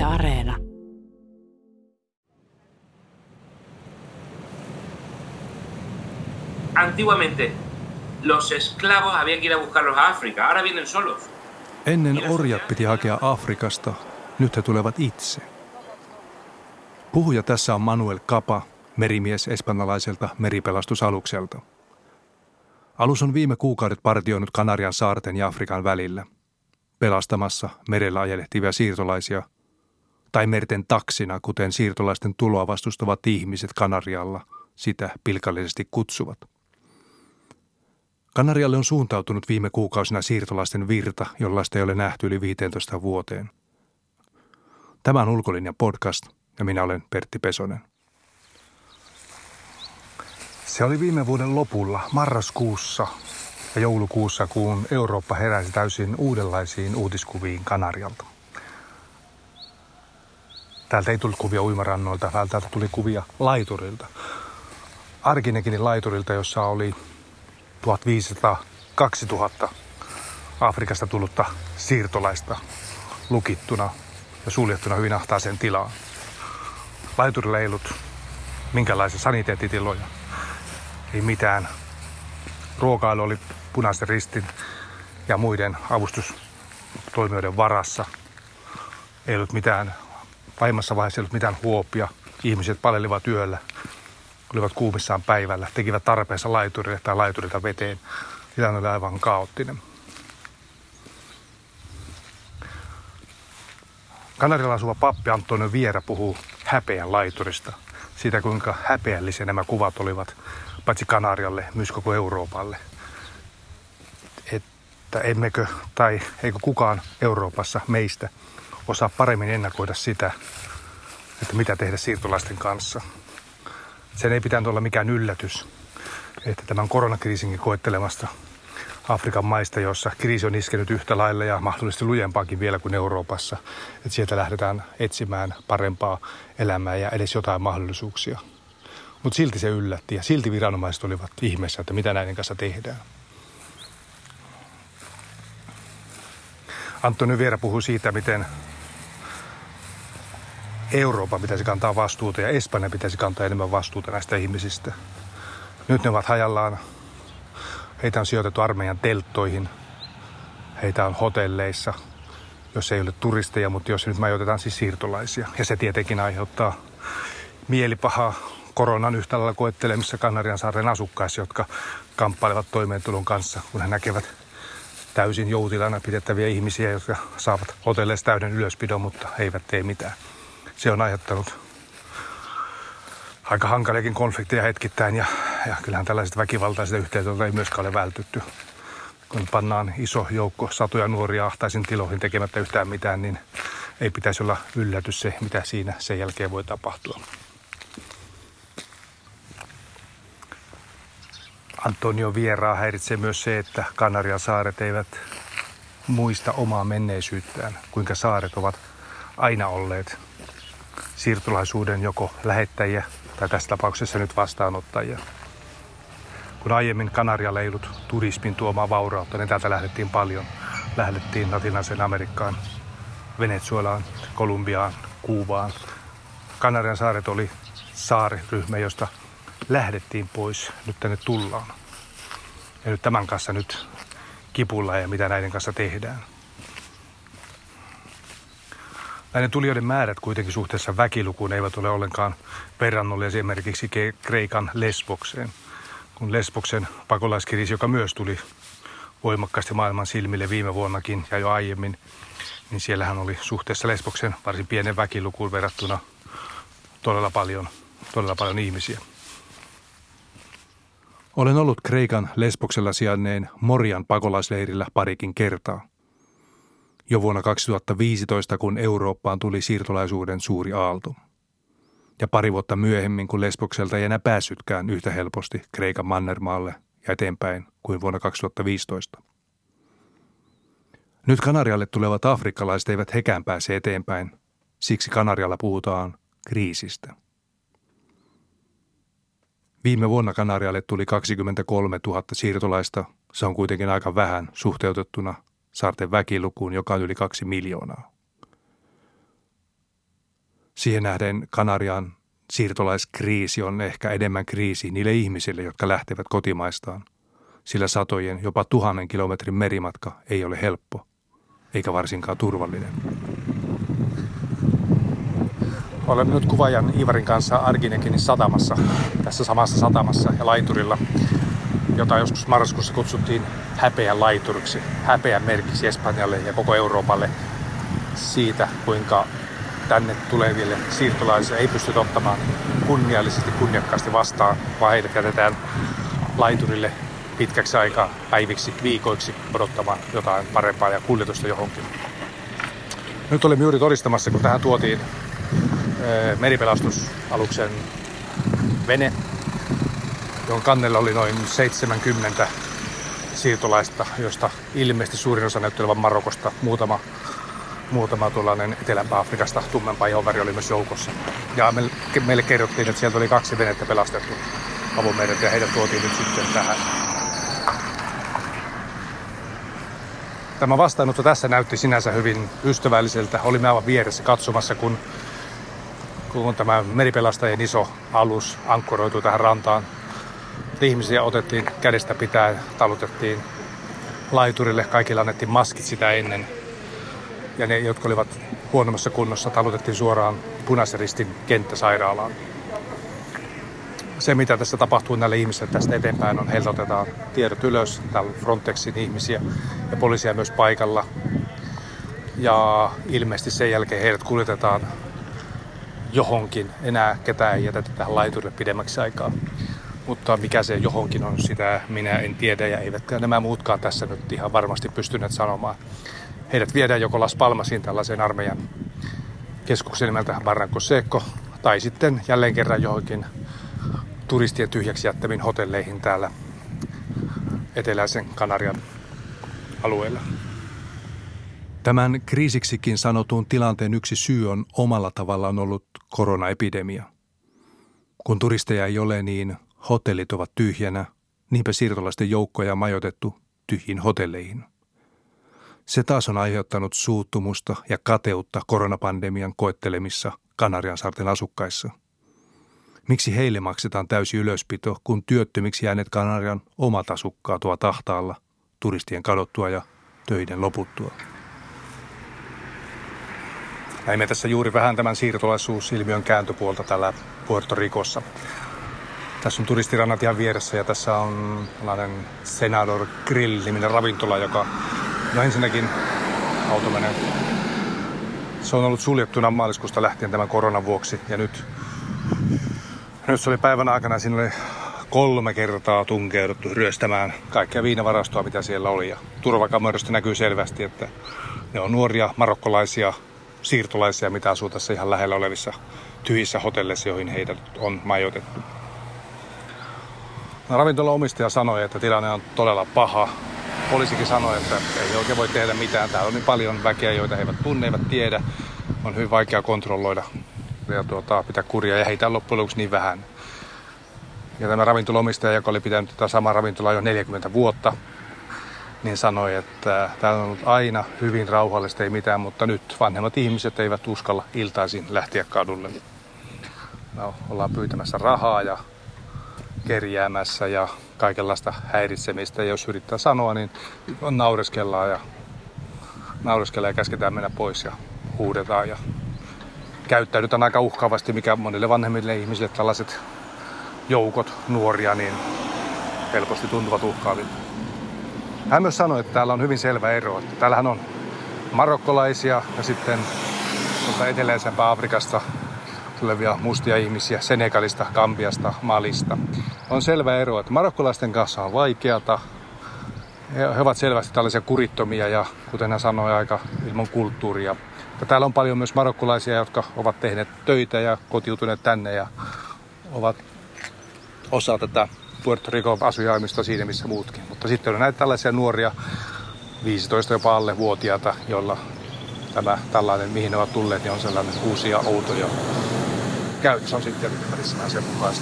Areena. Antiguamente los esclavos había que ir a buscarlos a África, ahora vienen solos. Ennen orjat piti hakea Afrikasta, nyt he tulevat itse. Puhuja tässä on Manuel Capa, merimies espanjalaiselta meripelastusalukselta. Alus on viime kuukaudet partioinut Kanarian saarten ja Afrikan välillä, pelastamassa merellä ajelehtivia siirtolaisia, tai merten taksina, kuten siirtolaisten tuloa vastustavat ihmiset Kanarialla sitä pilkallisesti kutsuvat. Kanarialle on suuntautunut viime kuukausina siirtolaisten virta, jollaista ei ole nähty yli 15 vuoteen. Tämä on Ulkolinjan podcast ja minä olen Pertti Pesonen. Se oli viime vuoden lopulla, marraskuussa ja joulukuussa, kun Eurooppa heräsi täysin uudenlaisiin uutiskuviin Kanarialta. Täältä ei tullut kuvia uimarannoilta, vaan täältä tuli kuvia laiturilta. Arkinekinin laiturilta, jossa oli 1500-2000 Afrikasta tullutta siirtolaista lukittuna ja suljettuna hyvin ahtaaseen tilaan. Laiturilla ei ollut minkälaisia saniteettitiloja, ei mitään. Ruokailu oli Punaisen Ristin ja muiden avustustoimijoiden varassa. Ei ollut mitään, pahimmassa vaiheessa ei ollut mitään huopia. Ihmiset palelivat yöllä, olivat kuumissaan päivällä, tekivät tarpeensa laiturille tai laiturilta veteen. Tilanne oli aivan kaoottinen. Kanarialla asuva pappi Antonio Viera puhuu häpeän laiturista. Siitä, kuinka häpeällisiä nämä kuvat olivat, paitsi Kanarialle, myös koko Euroopalle. Että emmekö, tai eikö kukaan Euroopassa meistä osaa paremmin ennakoida sitä, että mitä tehdä siirtolaisten kanssa. Sen ei pitänyt olla mikään yllätys, että tämän koronakriisinkin koettelemasta Afrikan maista, jossa kriisi on iskenyt yhtä lailla ja mahdollisesti lujempaakin vielä kuin Euroopassa, että sieltä lähdetään etsimään parempaa elämää ja edes jotain mahdollisuuksia. Mutta silti se yllätti ja silti viranomaiset olivat ihmeessä, että mitä näiden kanssa tehdään. Antonio Viera puhui siitä, miten Euroopan pitäisi kantaa vastuuta ja Espanja pitäisi kantaa enemmän vastuuta näistä ihmisistä. Nyt ne ovat hajallaan. Heitä on sijoitettu armeijan telttoihin. Heitä on hotelleissa, jos ei ole turisteja, mutta jos nyt majoitetaan siis siirtolaisia. Ja se tietenkin aiheuttaa mielipahaa koronan yhtä lailla koettelemissa Kanarian saaren asukkaissa, jotka kamppailevat toimeentulon kanssa, kun he näkevät täysin joutilana pidettäviä ihmisiä, jotka saavat hotelleissa täyden ylöspidon, mutta eivät tee mitään. Se on aiheuttanut aika hankaliakin konflikteja hetkittäin ja kyllähän tällaiset väkivaltaiset yhteydet ei myöskään ole vältytty. Kun pannaan iso joukko satoja nuoria ahtaisin tiloihin tekemättä yhtään mitään, niin ei pitäisi olla yllätys se, mitä siinä sen jälkeen voi tapahtua. Antonio Vieraa häiritsee myös se, että Kanarian saaret eivät muista omaa menneisyyttään, kuinka saaret ovat aina olleet siirtolaisuuden joko lähettäjiä tai tässä tapauksessa nyt vastaanottajia. Kun aiemmin Kanarialle ei ollut turismin tuomaa vaurautta, niin täältä lähdettiin paljon. Lähdettiin Latinalaiseen Amerikkaan, Venezuelaan, Kolumbiaan, Kuubaan. Kanarian saaret oli saariryhmä, josta lähdettiin pois, nyt tänne tullaan. Ja nyt tämän kanssa nyt kipuillaan ja mitä näiden kanssa tehdään. Näiden tulijoiden määrät kuitenkin suhteessa väkilukuun eivät ole ollenkaan verrannollisia esimerkiksi Kreikan Lesbokseen. Kun Lesboksen pakolaiskriisi, joka myös tuli voimakkaasti maailman silmille viime vuonnakin ja jo aiemmin, niin siellähän oli suhteessa Lesboksen varsin pienen väkilukuun verrattuna todella paljon ihmisiä. Olen ollut Kreikan Lesboksella sijainneen Morian pakolaisleirillä parikin kertaa. Jo vuonna 2015, kun Eurooppaan tuli siirtolaisuuden suuri aalto. Ja pari vuotta myöhemmin, kun Lesbokselta ei enää päässytkään yhtä helposti Kreikan mannermaalle ja eteenpäin kuin vuonna 2015. Nyt Kanarialle tulevat afrikkalaiset eivät hekään pääse eteenpäin, siksi Kanarialla puhutaan kriisistä. Viime vuonna Kanarialle tuli 23 000 siirtolaista, se on kuitenkin aika vähän suhteutettuna saarten väkilukuun, joka on yli 2 miljoonaa. Siihen nähden Kanarian siirtolaiskriisi on ehkä enemmän kriisi niille ihmisille, jotka lähtevät kotimaistaan, sillä satojen, jopa 1000 kilometrin merimatka ei ole helppo, eikä varsinkaan turvallinen. Olemme nyt kuvaajan Ivarin kanssa Arginekinin satamassa, tässä samassa satamassa ja laiturilla, jota joskus marraskuussa kutsuttiin häpeän laituriksi, häpeän merkiksi Espanjalle ja koko Euroopalle siitä, kuinka tänne tuleville siirtolaisille ei pystytä ottamaan kunniallisesti, kunniakkaasti vastaan, vaan heidät jätetään laiturille pitkäksi aikaa, päiviksi, viikoiksi odottamaan jotain parempaa ja kuljetusta johonkin. Nyt olemme juuri todistamassa, kun tähän tuotiin meripelastusaluksen vene, jonka kannella oli noin 70 siirtolaista, josta ilmeisesti suurin osa näytti olevan Marokosta. Muutama tuollainen Etelä-Afrikasta tummempaa ihonväri oli myös joukossa. Ja meille kerrottiin, että sieltä oli 2 venettä pelastettu avomereltä ja heidät tuotiin nyt sitten tähän. Tämä vastaanotto tässä näytti sinänsä hyvin ystävälliseltä. Olimme aivan vieressä katsomassa, kun tämä meripelastajien iso alus ankkoroitui tähän rantaan. Ihmisiä otettiin kädestä pitää, talutettiin laiturille. Kaikille annettiin maskit sitä ennen. Ja ne, jotka olivat huonommassa kunnossa, talutettiin suoraan Punaisen Ristin kenttäsairaalaan. Se, mitä tässä tapahtuu näille ihmisille tästä eteenpäin, on heiltä otetaan tiedot ylös. Täällä on Frontexin ihmisiä ja poliisia myös paikalla. Ja ilmeisesti sen jälkeen heidät kuljetetaan johonkin. Enää ketään ei jätetä tähän laiturille pidemmäksi aikaa. Mutta mikä se johonkin on, sitä minä en tiedä ja eivätkä nämä muutkaan tässä nyt ihan varmasti pystyneet sanomaan. Heidät viedään joko Las Palmasiin tällaiseen armeijan keskuksen nimeltä Barranco Seco tai sitten jälleen kerran johonkin turistien tyhjäksi jättämiin hotelleihin täällä eteläisen Kanarian alueella. Tämän kriisiksikin sanotun tilanteen yksi syy on omalla tavallaan ollut koronaepidemia. Kun turisteja ei ole, niin hotellit ovat tyhjänä, niinpä siirtolaisten joukkoja on majoitettu tyhjiin hotelleihin. Se taas on aiheuttanut suuttumusta ja kateutta koronapandemian koettelemissa Kanariansaarten asukkaissa. Miksi heille maksetaan täysi ylöspito, kun työttömiksi jääneet Kanarian omat asukkaat ovat ahtaalla turistien kadottua ja töiden loputtua? Näimme tässä juuri vähän tämän siirtolaisuusilmiön kääntöpuolta täällä Puerto Ricossa. Tässä on turistirannat ihan vieressä ja tässä on tällainen Senador Grill-niminen ravintola, joka no ensinnäkin auto menee. Se on ollut suljettuna maaliskuusta lähtien tämän koronan vuoksi ja nyt se oli päivän aikana, siinä oli 3 kertaa tunkeuduttu ryöstämään kaikkea viinavarastoa, mitä siellä oli. Ja turvakameroista näkyy selvästi, että ne on nuoria marokkolaisia siirtolaisia, mitä asuu tässä ihan lähellä olevissa tyhjissä hotelleissa, joihin heidät on majoitettu. Ravintolan omistaja sanoi, että tilanne on todella paha. Poliisikin sanoi, että ei oikein voi tehdä mitään. Täällä on niin paljon väkeä, joita he eivät tunne, eivät tiedä. On hyvin vaikea kontrolloida ja pitää kuria ja heitä on loppujen lopuksi niin vähän. Ja tämä ravintola-omistaja, joka oli pitänyt tätä samaa ravintolaa jo 40 vuotta, niin sanoi, että täällä on ollut aina hyvin rauhallista, ei mitään, mutta nyt vanhemmat ihmiset eivät uskalla iltaisin lähteä kadulle. No, ollaan pyytämässä rahaa ja kerjäämässä ja kaikenlaista häiritsemistä. Ja jos yrittää sanoa, niin naureskellaan ja käsketään mennä pois ja huudetaan. Ja käyttäydytään aika uhkaavasti, mikä monille vanhemmille ihmisille tällaiset joukot nuoria niin helposti tuntuvat uhkaavilta. Hän myös sanoi, että täällä on hyvin selvä ero. Että täällähän on marokkolaisia ja sitten eteläisempää Afrikasta tulevia mustia ihmisiä, Senegalista, Gambiasta, Malista. On selvä ero, että marokkolaisten kanssa on vaikeata. He ovat selvästi tällaisia kurittomia ja kuten hän sanoi, aika ilman kulttuuria. Ja täällä on paljon myös marokkolaisia, jotka ovat tehneet töitä ja kotiutuneet tänne ja ovat osa tätä Puerto Ricon asujaimista siinä missä muutkin. Mutta sitten on näitä tällaisia nuoria, 15 jopa alle vuotiaita, joilla tämä tällainen, mihin ne ovat tulleet, niin on sellainen uusi ja outo ja käytös on sitten välissä asianmukaista.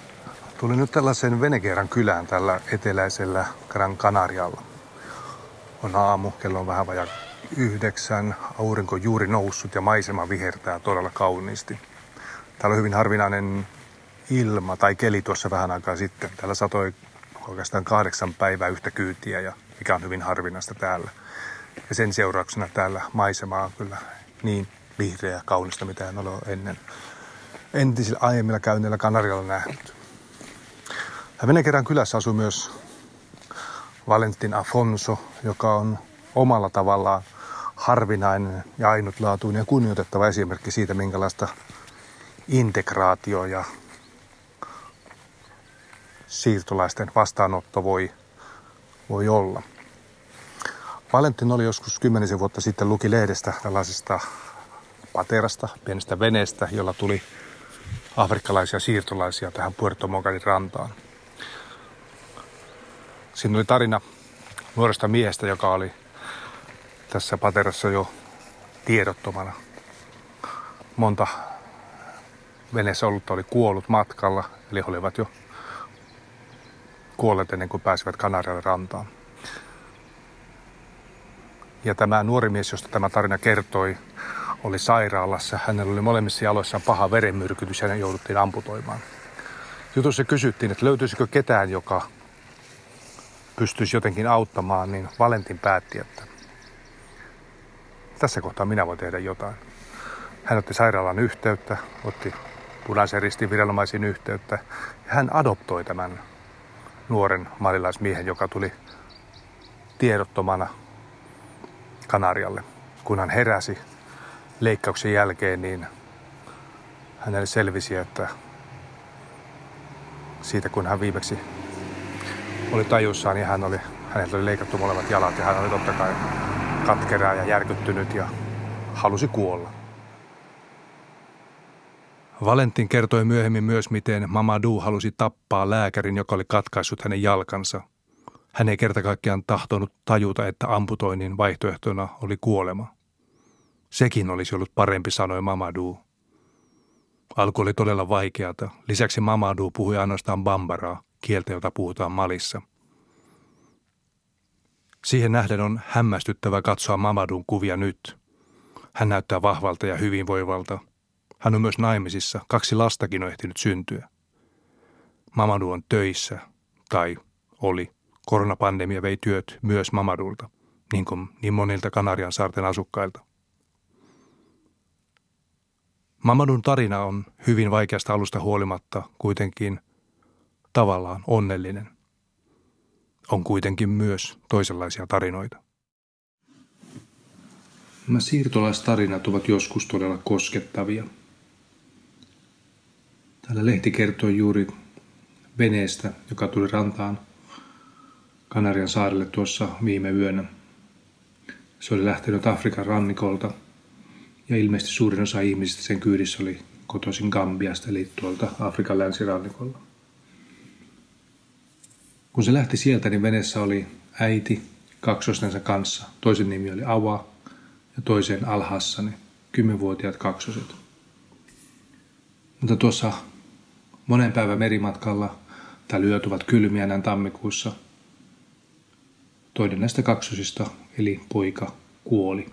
Tulin nyt tällaisen Venegueran kylään tällä eteläisellä Gran Canarialla. On aamu, kello on vähän vajaa 9, aurinko on juuri noussut ja maisema vihertää todella kauniisti. Täällä on hyvin harvinainen ilma tai keli tuossa vähän aikaa sitten. Täällä satoi oikeastaan 8 päivää yhtä kyytiä, ja mikä on hyvin harvinaista täällä. Ja sen seurauksena täällä maisema on kyllä niin vihreä ja kaunista, mitä en ole ennen entisillä aiemmilla käynneillä Kanarialla nähnyt. Venekerän kylässä asuu myös Valentin Afonso, joka on omalla tavallaan harvinainen ja ainutlaatuinen ja kunnioitettava esimerkki siitä, minkälaista integraatio ja siirtolaisten vastaanotto voi olla. Valentin oli joskus 10 vuotta sitten, luki lehdestä tällaisesta paterasta, pienestä veneestä, jolla tuli afrikkalaisia siirtolaisia tähän Puerto Mocanin rantaan. Siinä oli tarina nuoresta miehestä, joka oli tässä paterassa jo tiedottomana. Monta veneessä ollutta oli kuollut matkalla, eli he olivat jo kuolleet ennen kuin pääsivät Kanarialle rantaan. Ja tämä nuori mies, josta tämä tarina kertoi, oli sairaalassa. Hänellä oli molemmissa jaloissaan paha verenmyrkytys ja ne jouduttiin amputoimaan. Jutussa kysyttiin, että löytyisikö ketään, joka pystyisi jotenkin auttamaan, niin Valentin päätti, että tässä kohtaa minä voin tehdä jotain. Hän otti sairaalan yhteyttä, otti Punaisen Ristin viranomaisiin yhteyttä ja hän adoptoi tämän nuoren malilaismiehen, joka tuli tiedottomana Kanarialle. Kun hän heräsi leikkauksen jälkeen, niin hänelle selvisi, että siitä kun hän viimeksi oli tajussaan, niin häneltä oli leikattu molemmat jalat ja hän oli totta kai katkeraa ja järkyttynyt ja halusi kuolla. Valentin kertoi myöhemmin myös, miten Mamadou halusi tappaa lääkärin, joka oli katkaissut hänen jalkansa. Hän ei kerta kaikkiaan tahtonut tajuta, että amputoinnin vaihtoehtona oli kuolema. Sekin olisi ollut parempi, sanoi Mamadou. Alku oli todella vaikeata. Lisäksi Mamadou puhui ainoastaan bambaraa, kieltä, jota puhutaan Malissa. Siihen nähden on hämmästyttävä katsoa Mamadoun kuvia nyt. Hän näyttää vahvalta ja hyvinvoivalta. Hän on myös naimisissa, 2 lastakin on ehtinyt syntyä. Mamadou on töissä, tai oli. Koronapandemia vei työt myös Mamadoulta, niin kuin niin monilta Kanarian saarten asukkailta. Mamadoun tarina on hyvin vaikeasta alusta huolimatta kuitenkin tavallaan onnellinen. On kuitenkin myös toisenlaisia tarinoita. Nämä siirtolaistarinat ovat joskus todella koskettavia. Täällä lehti kertoi juuri veneestä, joka tuli rantaan Kanarian saarelle tuossa viime yönä. Se oli lähtenyt Afrikan rannikolta ja ilmeisesti suurin osa ihmisistä sen kyydissä oli kotoisin Gambiasta, eli tuolta Afrikan länsirannikolla. Kun se lähti sieltä, niin veneessä oli äiti 2 kanssa. Toisen nimi oli Awa ja toisen Al-Hassani, 10-vuotiaat 2. Mutta tuossa monen päivän merimatkalla, tai yöt ovat kylmiä näin tammikuussa, toinen näistä 2, eli poika, kuoli.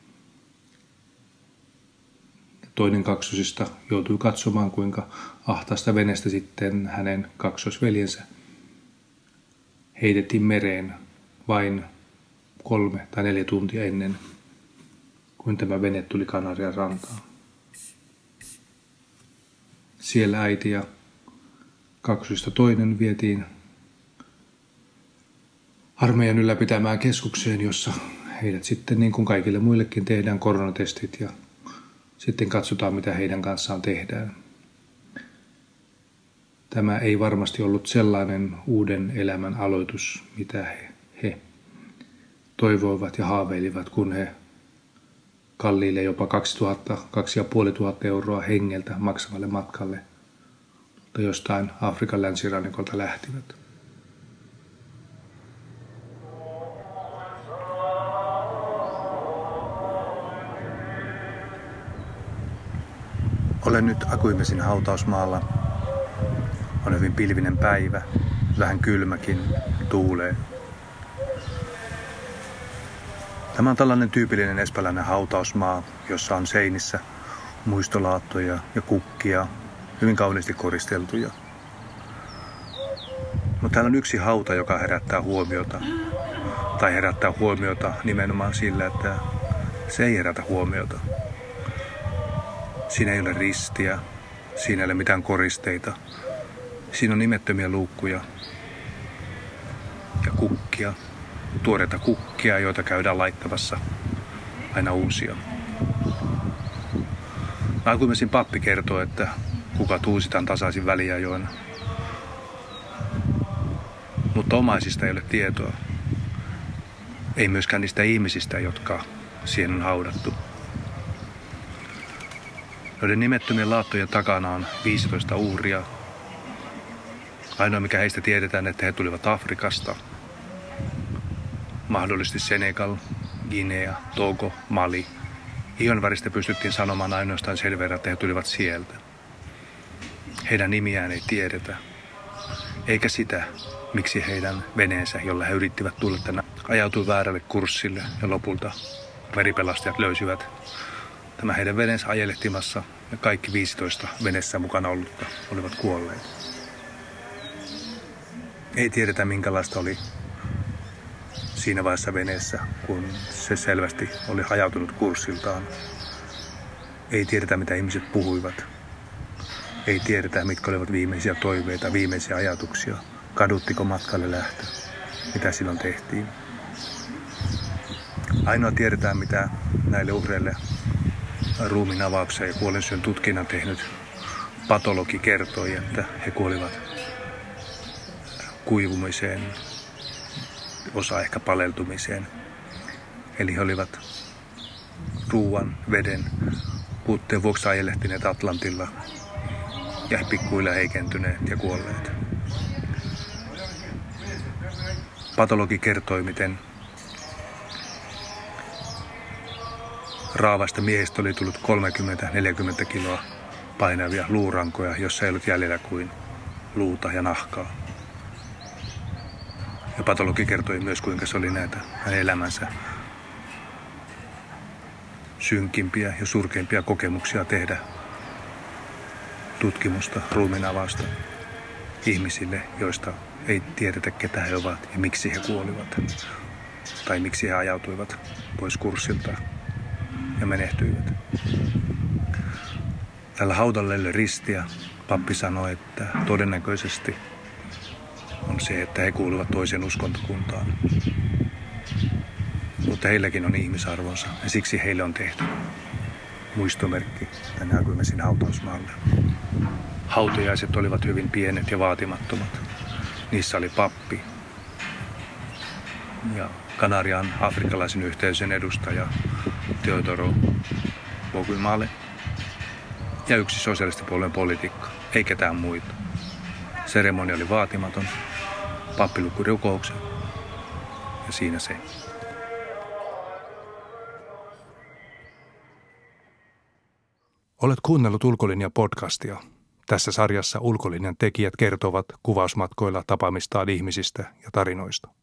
Toinen 2 joutui katsomaan, kuinka ahtaasta veneestä sitten hänen 2-veljensä heitettiin mereen vain 3 tai 4 tuntia ennen kuin tämä vene tuli Kanarian rantaan. Siellä äiti ja 2 toinen vietiin armeijan ylläpitämään keskukseen, jossa heidät sitten niin kuin kaikille muillekin tehdään koronatestit ja sitten katsotaan, mitä heidän kanssaan tehdään. Tämä ei varmasti ollut sellainen uuden elämän aloitus, mitä he toivoivat ja haaveilivat, kun he kalliille jopa 2,5 euroa hengeltä maksavalle matkalle, mutta jostain Afrikan länsirannikolta lähtivät. Olen nyt Akuimesin hautausmaalla. On hyvin pilvinen päivä, vähän kylmäkin, tuulee. Tämä on tällainen tyypillinen espanjalainen hautausmaa, jossa on seinissä muistolaattoja ja kukkia, hyvin kauniisti koristeltuja. Mutta täällä on yksi hauta, joka herättää huomiota. Tai herättää huomiota nimenomaan sillä, että se ei herätä huomiota. Siinä ei ole ristiä, siinä ei ole mitään koristeita. Siinä on nimettömiä luukkuja ja kukkia, tuoreita kukkia, joita käydään laittamassa aina uusia. Aikuimesin pappi kertoo, että kukat uusitaan tasaisin väliajoin, mutta omaisista ei ole tietoa. Ei myöskään niistä ihmisistä, jotka siihen on haudattu. Noiden nimettömien laattojen takana on 15 uhria. Ainoa mikä heistä tiedetään, että he tulivat Afrikasta. Mahdollisesti Senegal, Guinea, Togo, Mali. Ihonväristä pystyttiin sanomaan ainoastaan sen verran, että he tulivat sieltä. Heidän nimiään ei tiedetä. Eikä sitä, miksi heidän veneensä, jolla he yrittivät tulla tänne, ajautui väärälle kurssille ja lopulta veripelastajat löysivät tämä heidän veneensä ajelehtimassa ja kaikki 15 veneessä mukana ollutta olivat kuolleet. Ei tiedetä minkälaista oli siinä vaiheessa veneessä, kun se selvästi oli hajautunut kurssiltaan. Ei tiedetä mitä ihmiset puhuivat. Ei tiedetä mitkä olivat viimeisiä toiveita, viimeisiä ajatuksia. Kaduttiko matkalle lähtö? Mitä silloin tehtiin? Ainoa tiedetään, mitä näille uhreille ruumiin avauksen ja kuolinsyön tutkinnan tehnyt patologi kertoi, että he kuolivat kuivumiseen, osa ehkä paleltumiseen. Eli he olivat ruuan, veden puutteen vuoksi ajelehtineet Atlantilla ja pikkuhiljaa heikentyneet ja kuolleet. Patologi kertoi, miten raavaista miehistä oli tullut 30-40 kiloa painavia luurankoja, jossa ei ollut jäljellä kuin luuta ja nahkaa. Ja patologi kertoi myös, kuinka se oli näitä hänen elämänsä synkimpiä ja surkeimpia kokemuksia tehdä tutkimusta, ruumiinavausta ihmisille, joista ei tiedetä, ketä he ovat ja miksi he kuolivat. Tai miksi he ajautuivat pois kurssilta ja menehtyivät. Tällä haudalla ei ole ristiä. Pappi sanoi, että todennäköisesti on se, että he kuuluvat toiseen uskontokuntaan. Mutta heilläkin on ihmisarvonsa ja siksi heille on tehty muistomerkki tänne Aikuimesin hautausmaalle. Hautajaiset olivat hyvin pienet ja vaatimattomat. Niissä oli pappi ja Kanarian afrikkalaisen yhteisön edustaja Teodoro Boguimale ja yksi sosialistipuolueen poliitikko, ei ketään muita. Seremonia oli vaatimaton, pappi luki rukouksen ja siinä se. Olet kuunnellut Ulkolinja-podcastia. Tässä sarjassa Ulkolinjan tekijät kertovat kuvausmatkoilla tapaamistaan ihmisistä ja tarinoista.